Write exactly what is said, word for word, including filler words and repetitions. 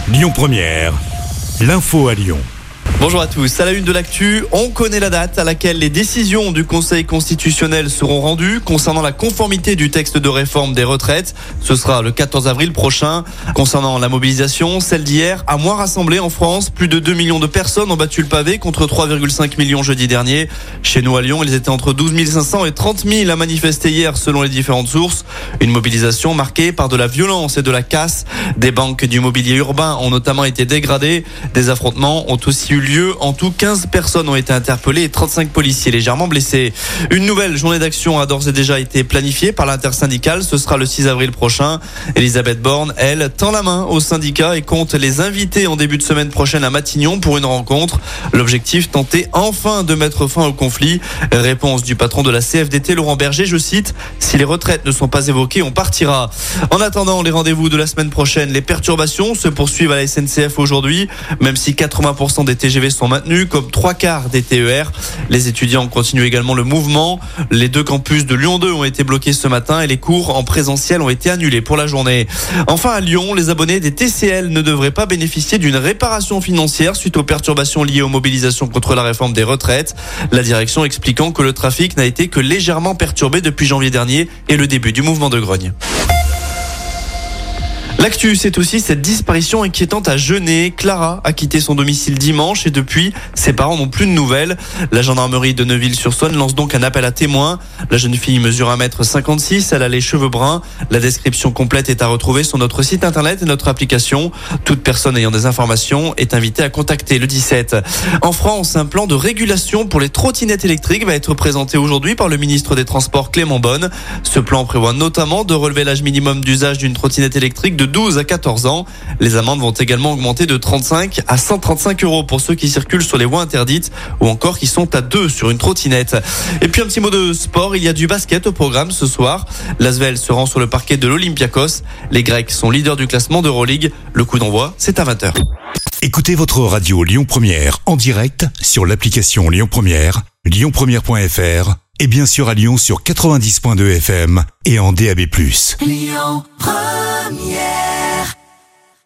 Lyon Première, l'info à Lyon. Bonjour à tous, à la une de l'actu, on connaît la date à laquelle les décisions du Conseil constitutionnel seront rendues concernant la conformité du texte de réforme des retraites. Ce sera le quatorze avril prochain. Concernant la mobilisation, celle d'hier a moins rassemblé en France. Plus de deux millions de personnes ont battu le pavé contre trois virgule cinq millions jeudi dernier. Chez nous à Lyon, ils étaient entre douze mille cinq cents et trente mille à manifester hier selon les différentes sources. Une mobilisation marquée par de la violence et de la casse. Des banques du mobilier urbain ont notamment été dégradées. Des affrontements ont aussi eu lieu. En tout, quinze personnes ont été interpellées et trente-cinq policiers légèrement blessés. Une nouvelle journée d'action a d'ores et déjà été planifiée par l'intersyndicale. Ce sera le six avril prochain. Elisabeth Borne, elle, tend la main aux syndicats et compte les inviter en début de semaine prochaine à Matignon pour une rencontre. L'objectif, tenter enfin de mettre fin au conflit. Réponse du patron de la C F D T, Laurent Berger, je cite, « Si les retraites ne sont pas évoquées, on partira ». En attendant les rendez-vous de la semaine prochaine, les perturbations se poursuivent à la S N C F aujourd'hui, même si quatre-vingts pour cent des T G V sont maintenus, comme trois quarts des T E R. Les étudiants continuent également le mouvement. Les deux campus de Lyon deux ont été bloqués ce matin et les cours en présentiel ont été annulés pour la journée. Enfin, à Lyon, les abonnés des T C L ne devraient pas bénéficier d'une réparation financière suite aux perturbations liées aux mobilisations contre la réforme des retraites. La direction expliquant que le trafic n'a été que légèrement perturbé depuis janvier dernier et le début du mouvement de grogne. L'actu, c'est aussi cette disparition inquiétante à Genêt. Clara a quitté son domicile dimanche et depuis, ses parents n'ont plus de nouvelles. La gendarmerie de Neuville-sur-Saône lance donc un appel à témoins. La jeune fille mesure un mètre cinquante-six, elle a les cheveux bruns. La description complète est à retrouver sur notre site internet et notre application. Toute personne ayant des informations est invitée à contacter le dix-sept. En France, un plan de régulation pour les trottinettes électriques va être présenté aujourd'hui par le ministre des Transports Clément Beaune. Ce plan prévoit notamment de relever l'âge minimum d'usage d'une trottinette électrique de douze à quatorze ans. Les amendes vont également augmenter de trente-cinq à cent trente-cinq euros pour ceux qui circulent sur les voies interdites ou encore qui sont à deux sur une trottinette. Et puis un petit mot de sport, il y a du basket au programme ce soir. L'A S V L se rend sur le parquet de l'Olympiakos. Les Grecs sont leaders du classement d'Euroleague. Le coup d'envoi, c'est à vingt heures. Écoutez votre radio Lyon Première en direct sur l'application Lyon Première, lyon première point f r et bien sûr à Lyon sur quatre-vingt-dix virgule deux F M et en D A B plus. Lyon Première.